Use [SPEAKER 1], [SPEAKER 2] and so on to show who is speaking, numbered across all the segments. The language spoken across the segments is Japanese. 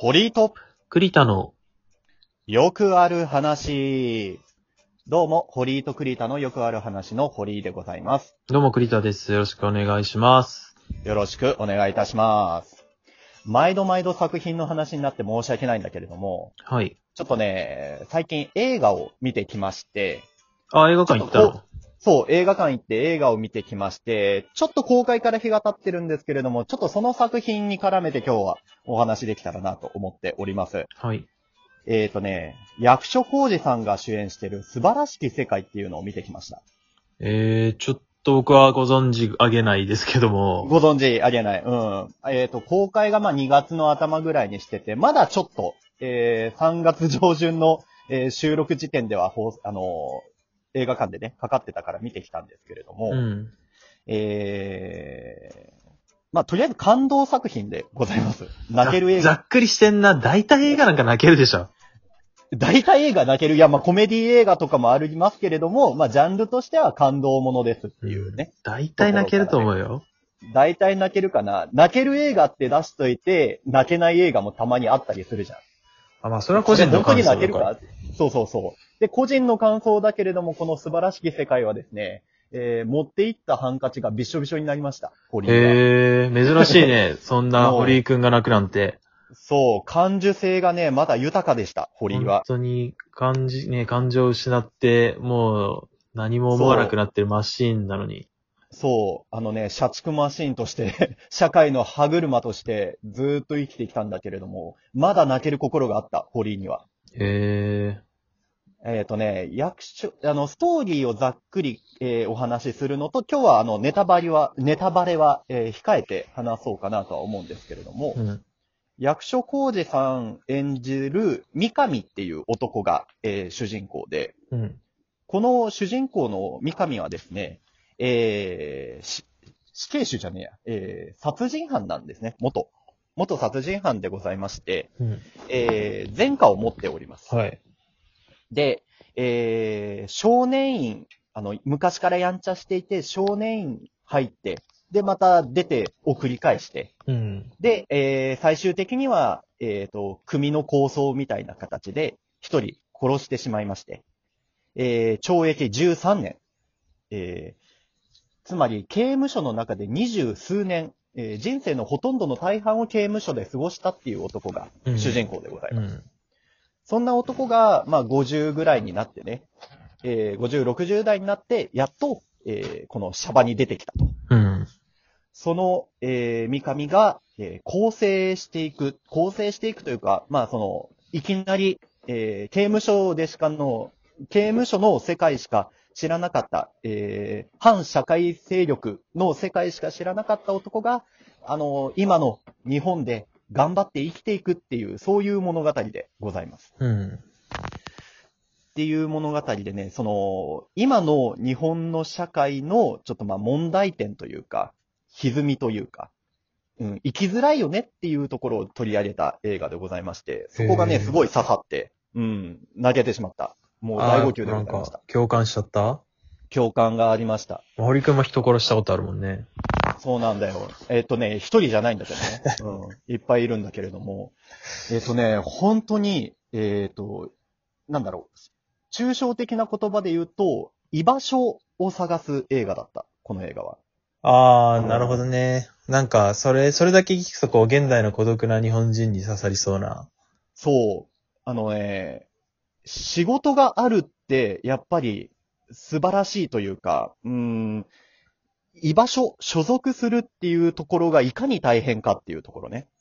[SPEAKER 1] 堀井と
[SPEAKER 2] 栗田の、
[SPEAKER 1] よくある話。どうも、堀井と栗田のよくある話の堀井でございます。
[SPEAKER 2] どうも栗田です。よろしくお願いします。
[SPEAKER 1] よろしくお願いいたします。毎度毎度作品の話になって申し訳ないんだけれども、
[SPEAKER 2] はい。
[SPEAKER 1] ちょっとね、最近映画を見てきまして、
[SPEAKER 2] あ、映画館行ったの？
[SPEAKER 1] そう、映画館行って映画を見てきまして、ちょっと公開から日が経ってるんですけれども、ちょっとその作品に絡めて今日はお話できたらなと思っております。
[SPEAKER 2] はい。
[SPEAKER 1] 役所広司さんが主演してる素晴らしき世界っていうのを見てきました。
[SPEAKER 2] ちょっと僕はご存知あげないですけども。
[SPEAKER 1] ご存知あげない。うん。公開が2月の頭ぐらいにしてて、まだちょっと、3月上旬の、収録時点では映画館でね、かかってたから見てきたんですけれども、
[SPEAKER 2] うん。
[SPEAKER 1] とりあえず感動作品でございます。泣ける映画。
[SPEAKER 2] ざっくりしてんな。大体映画なんか泣けるでしょ。
[SPEAKER 1] 大体映画泣ける。いや、コメディ映画とかもありますけれども、ジャンルとしては感動ものですっていうね。
[SPEAKER 2] 大体泣けると思うよ。
[SPEAKER 1] 大体泣けるかな。泣ける映画って出しといて、泣けない映画もたまにあったりするじゃん。
[SPEAKER 2] あ、それは個人の感想だから。
[SPEAKER 1] 本当に泣けるか。そう。で、個人の感想だけれども、この素晴らしき世界はですね、持っていったハンカチがびしょびしょになりました。堀井は。
[SPEAKER 2] 珍しいね。そんな堀井くんが泣くなんて。
[SPEAKER 1] そう、感受性がね、まだ豊かでした、堀井は。
[SPEAKER 2] 本当に感情を失って、もう何も思わなくなってるマシーンなのに。
[SPEAKER 1] そう、社畜マシーンとして社会の歯車としてずーっと生きてきたんだけれども、まだ泣ける心があった、堀井には。ストーリーをざっくり、お話しするのと、今日はネタバレは、控えて話そうかなとは思うんですけれども、役所広司さん演じる三上っていう男が、主人公で、この主人公の三上はですね、死刑囚じゃねえや、殺人犯なんですね。元殺人犯でございまして、前科を持っております。
[SPEAKER 2] はい。
[SPEAKER 1] で、少年院、昔からやんちゃしていて、少年院入って、で、また出てを繰り返して、で、最終的には、組の抗争みたいな形で、一人殺してしまいまして、懲役13年、つまり刑務所の中で20数年、人生のほとんどの大半を刑務所で過ごしたっていう男が主人公でございます。そんな男が、50ぐらいになってね、50、60代になって、やっと、このシャバに出てきたと。その、三上が、更生していくというか、いきなり、刑務所の世界しか知らなかった、反社会勢力の世界しか知らなかった男が、今の日本で頑張って生きていくっていう、そういう物語でございます。っていう物語でね、今の日本の社会のちょっと問題点というか、歪みというか、生きづらいよねっていうところを取り上げた映画でございまして、そこがね、すごい刺さって、泣けてしまった。もう大号泣でございました。
[SPEAKER 2] 共感しちゃった？
[SPEAKER 1] 共感がありました。
[SPEAKER 2] 堀くんも人殺したことあるもんね。
[SPEAKER 1] そうなんだよ。一人じゃないんだけどね。いっぱいいるんだけれども。本当に、なんだろう。抽象的な言葉で言うと、居場所を探す映画だった。この映画は。
[SPEAKER 2] なるほどね。なんか、それだけ聞くと現代の孤独な日本人に刺さりそうな。
[SPEAKER 1] そう。仕事があるって、やっぱり素晴らしいというか、居場所、所属するっていうところがいかに大変かっていうところね。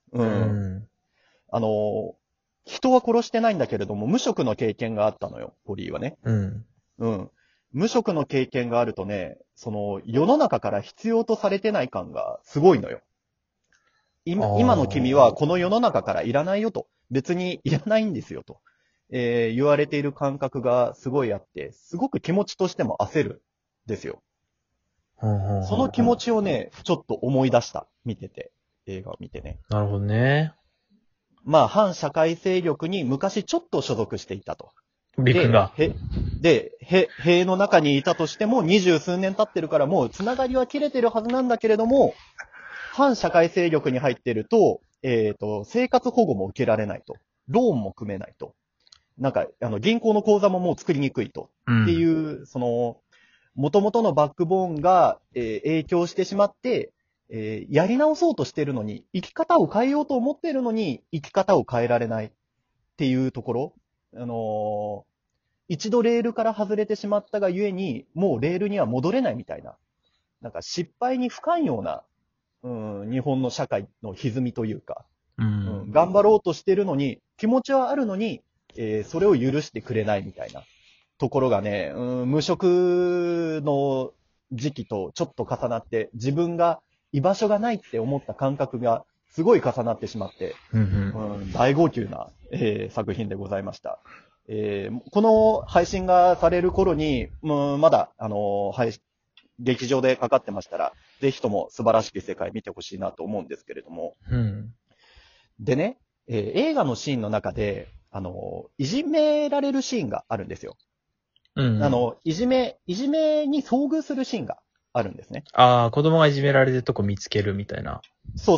[SPEAKER 1] 人は殺してないんだけれども、無職の経験があったのよ、堀井はね。無職の経験があるとね、世の中から必要とされてない感がすごいのよ。今の君はこの世の中からいらないよと。別にいらないんですよと。言われている感覚がすごいあって、すごく気持ちとしても焦るんですよ。その気持ちをね、ちょっと思い出した。映画を見てね。
[SPEAKER 2] なるほどね。
[SPEAKER 1] 反社会勢力に昔ちょっと所属していたと。
[SPEAKER 2] リクが。
[SPEAKER 1] 塀の中にいたとしても20数年経ってるからもうつながりは切れてるはずなんだけれども、反社会勢力に入ってると、 生活保護も受けられないと。ローンも組めないと。なんか、銀行の口座ももう作りにくいと。っていう、元々のバックボーンが、影響してしまって、やり直そうとしてるのに、生き方を変えようと思ってるのに、生き方を変えられないっていうところ。一度レールから外れてしまったがゆえに、もうレールには戻れないみたいな。なんか失敗に不寛容な、日本の社会の歪みというか、頑張ろうとしてるのに、気持ちはあるのに、それを許してくれないみたいなところがね、無職の時期とちょっと重なって、自分が居場所がないって思った感覚がすごい重なってしまって、大号泣な、作品でございました。この配信がされる頃に、まだ、劇場でかかってましたら、ぜひとも素晴らしき世界見てほしいなと思うんですけれども。でね、映画のシーンの中で、いじめられるシーンがあるんですよ。いじめに遭遇するシーンがあるんですね。
[SPEAKER 2] ああ、子供がいじめられてるとこ見つけるみたいな。
[SPEAKER 1] そう。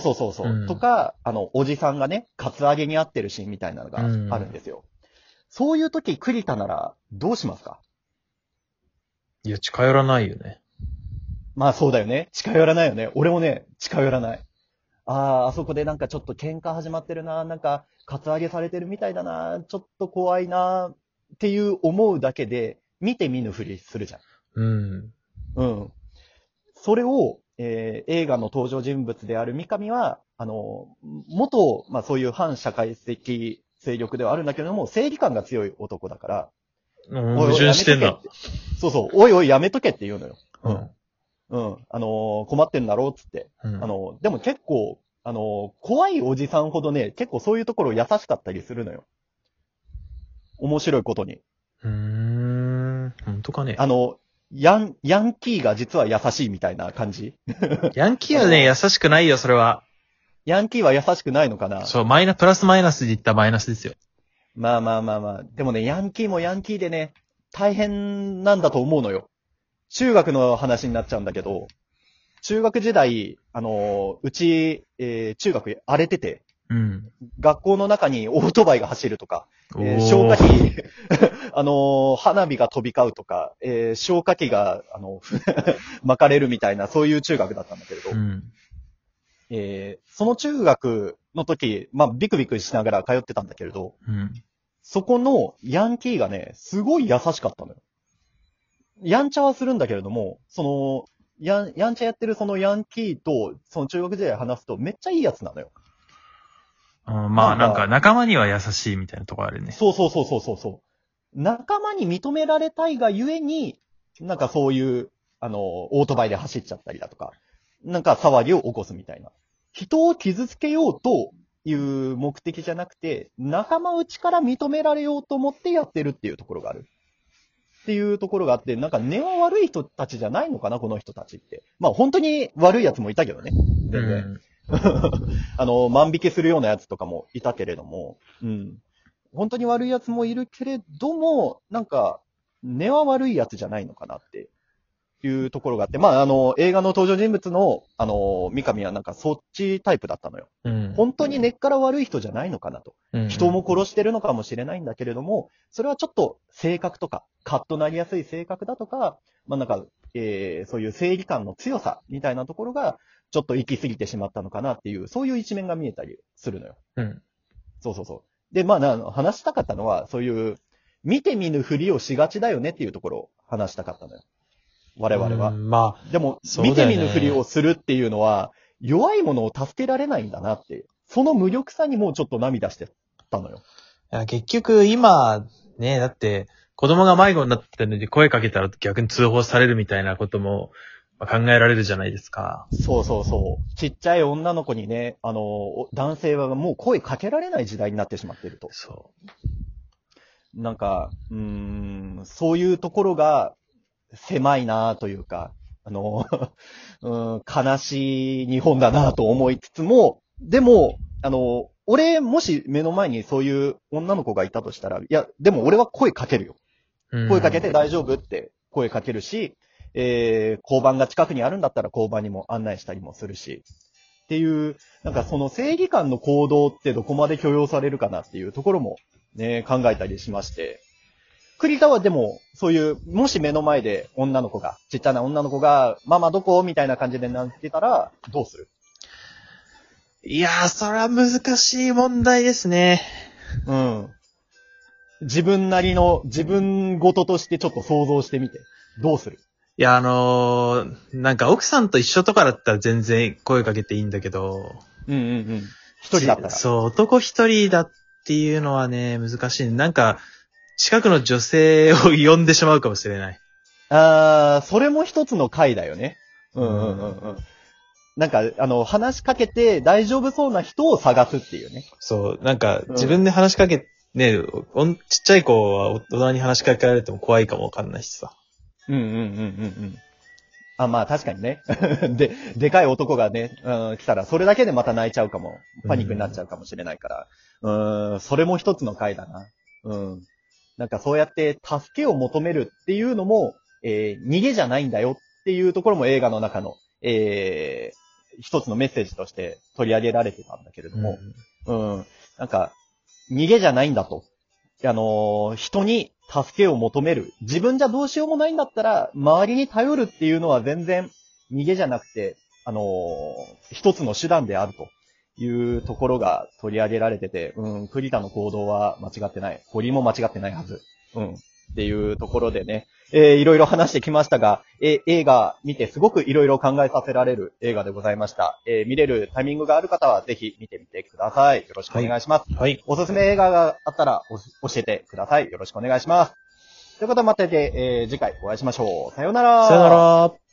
[SPEAKER 1] とか、おじさんがね、カツアゲに遭ってるシーンみたいなのがあるんですよ。そういう時、栗田なら、どうしますか？
[SPEAKER 2] いや、近寄らないよね。
[SPEAKER 1] まあそうだよね。近寄らないよね。俺もね、近寄らない。あそこでなんかちょっと喧嘩始まってるな、なんか、カツアゲされてるみたいだな、ちょっと怖いな、っていう思うだけで、見て見ぬふりするじゃん。それを、映画の登場人物である三上は、元、まあそういう反社会的勢力ではあるんだけども、正義感が強い男だから、
[SPEAKER 2] 矛盾してんだ。
[SPEAKER 1] そう、おいおいやめとけって言うのよ。困ってんだろうっつって。でも結構、怖いおじさんほどね、結構そういうところ優しかったりするのよ。面白いことに。
[SPEAKER 2] 本当かね。
[SPEAKER 1] ヤンキーが実は優しいみたいな感じ。
[SPEAKER 2] ヤンキーはね、優しくないよ、それは。
[SPEAKER 1] ヤンキーは優しくないのかな？
[SPEAKER 2] そう、プラスマイナスで言ったらマイナスですよ。
[SPEAKER 1] まあ。でもね、ヤンキーもヤンキーでね、大変なんだと思うのよ。中学の話になっちゃうんだけど、中学時代、うち、中学荒れてて、学校の中にオートバイが走るとか、消火器、花火が飛び交うとか、消火器が、巻かれるみたいな、そういう中学だったんだけれど、その中学の時、まあ、ビクビクしながら通ってたんだけれど、そこのヤンキーがね、すごい優しかったのよ。やんちゃはするんだけれども、やんちゃやってるそのヤンキーと、その中学時代話すとめっちゃいいやつなのよ。
[SPEAKER 2] まあなんか仲間には優しいみたいなとこあるね。
[SPEAKER 1] そう。仲間に認められたいがゆえに、なんかそういう、オートバイで走っちゃったりだとか、なんか騒ぎを起こすみたいな。人を傷つけようという目的じゃなくて、仲間内から認められようと思ってやってるっていうところがある。っていうところがあって、なんか根は悪い人たちじゃないのかな、この人たちって。まあ本当に悪い奴もいたけどね。全然。万引きするような奴とかもいたけれども、本当に悪い奴もいるけれども、なんか、根は悪い奴じゃないのかなっていうところがあって、まあ映画の登場人物の、三上はなんかそっちタイプだったのよ。本当に根っから悪い人じゃないのかなと。人も殺してるのかもしれないんだけれども、それはちょっと性格とか、カッとなりやすい性格だとか、まあなんか、そういう正義感の強さみたいなところが、ちょっと行き過ぎてしまったのかなっていう、そういう一面が見えたりするのよ。そう。で、まあ話したかったのは、そういう、見て見ぬふりをしがちだよねっていうところを話したかったのよ。我々は。
[SPEAKER 2] まあ、
[SPEAKER 1] でも、見て見ぬふりをするっていうのは、弱いものを助けられないんだなって、その無力さにもうちょっと涙してたのよ。
[SPEAKER 2] いや結局今、ね、だって、子供が迷子になってるのに声かけたら逆に通報されるみたいなことも考えられるじゃないですか。
[SPEAKER 1] そう。ちっちゃい女の子にね、男性はもう声かけられない時代になってしまっていると。
[SPEAKER 2] そう。
[SPEAKER 1] なんか、そういうところが狭いなというか、悲しい日本だなと思いつつも、でも、俺、もし目の前にそういう女の子がいたとしたら、いや、でも俺は声かけるよ。声かけて大丈夫って声かけるし、交番が近くにあるんだったら交番にも案内したりもするし、 っていう、なんかその正義感の行動ってどこまで許容されるかなっていうところもね、考えたりしまして。栗田はでも、そういう、もし目の前で女の子が、ちっちゃな女の子が、ママどこみたいな感じでなってたら、どうする？
[SPEAKER 2] いやー、それは難しい問題ですね。
[SPEAKER 1] うん。自分なりの、自分ごととしてちょっと想像してみて。どうする？
[SPEAKER 2] いや、なんか奥さんと一緒とかだったら全然声かけていいんだけど。
[SPEAKER 1] うんうんうん。一人だったら。
[SPEAKER 2] そう、男一人だっていうのはね、難しい。なんか、近くの女性を呼んでしまうかもしれない。
[SPEAKER 1] それも一つの回だよね。うんうんうんうん。なんか、話しかけて大丈夫そうな人を探すっていうね。
[SPEAKER 2] そう、なんか、自分で話しかけ、ね、ちっちゃい子は大人に話しかけられても怖いかもわかんないしさ。
[SPEAKER 1] うんうんうんうんうん。まあ確かにね。でかい男がね、来たらそれだけでまた泣いちゃうかも。パニックになっちゃうかもしれないから。それも一つの回だな。うん。なんかそうやって助けを求めるっていうのも、逃げじゃないんだよっていうところも映画の中の、一つのメッセージとして取り上げられてたんだけれども、なんか、逃げじゃないんだと。人に助けを求める。自分じゃどうしようもないんだったら、周りに頼るっていうのは全然逃げじゃなくて、一つの手段であるというところが取り上げられてて、栗田の行動は間違ってない。堀も間違ってないはず。っていうところでね、いろいろ話してきましたが、映画見てすごくいろいろ考えさせられる映画でございました。見れるタイミングがある方はぜひ見てみてください。よろしくお願いします。
[SPEAKER 2] はい。
[SPEAKER 1] おすすめ映画があったら教えてください。よろしくお願いします。ということでまた次回お会いしましょう。さようなら。
[SPEAKER 2] さよなら。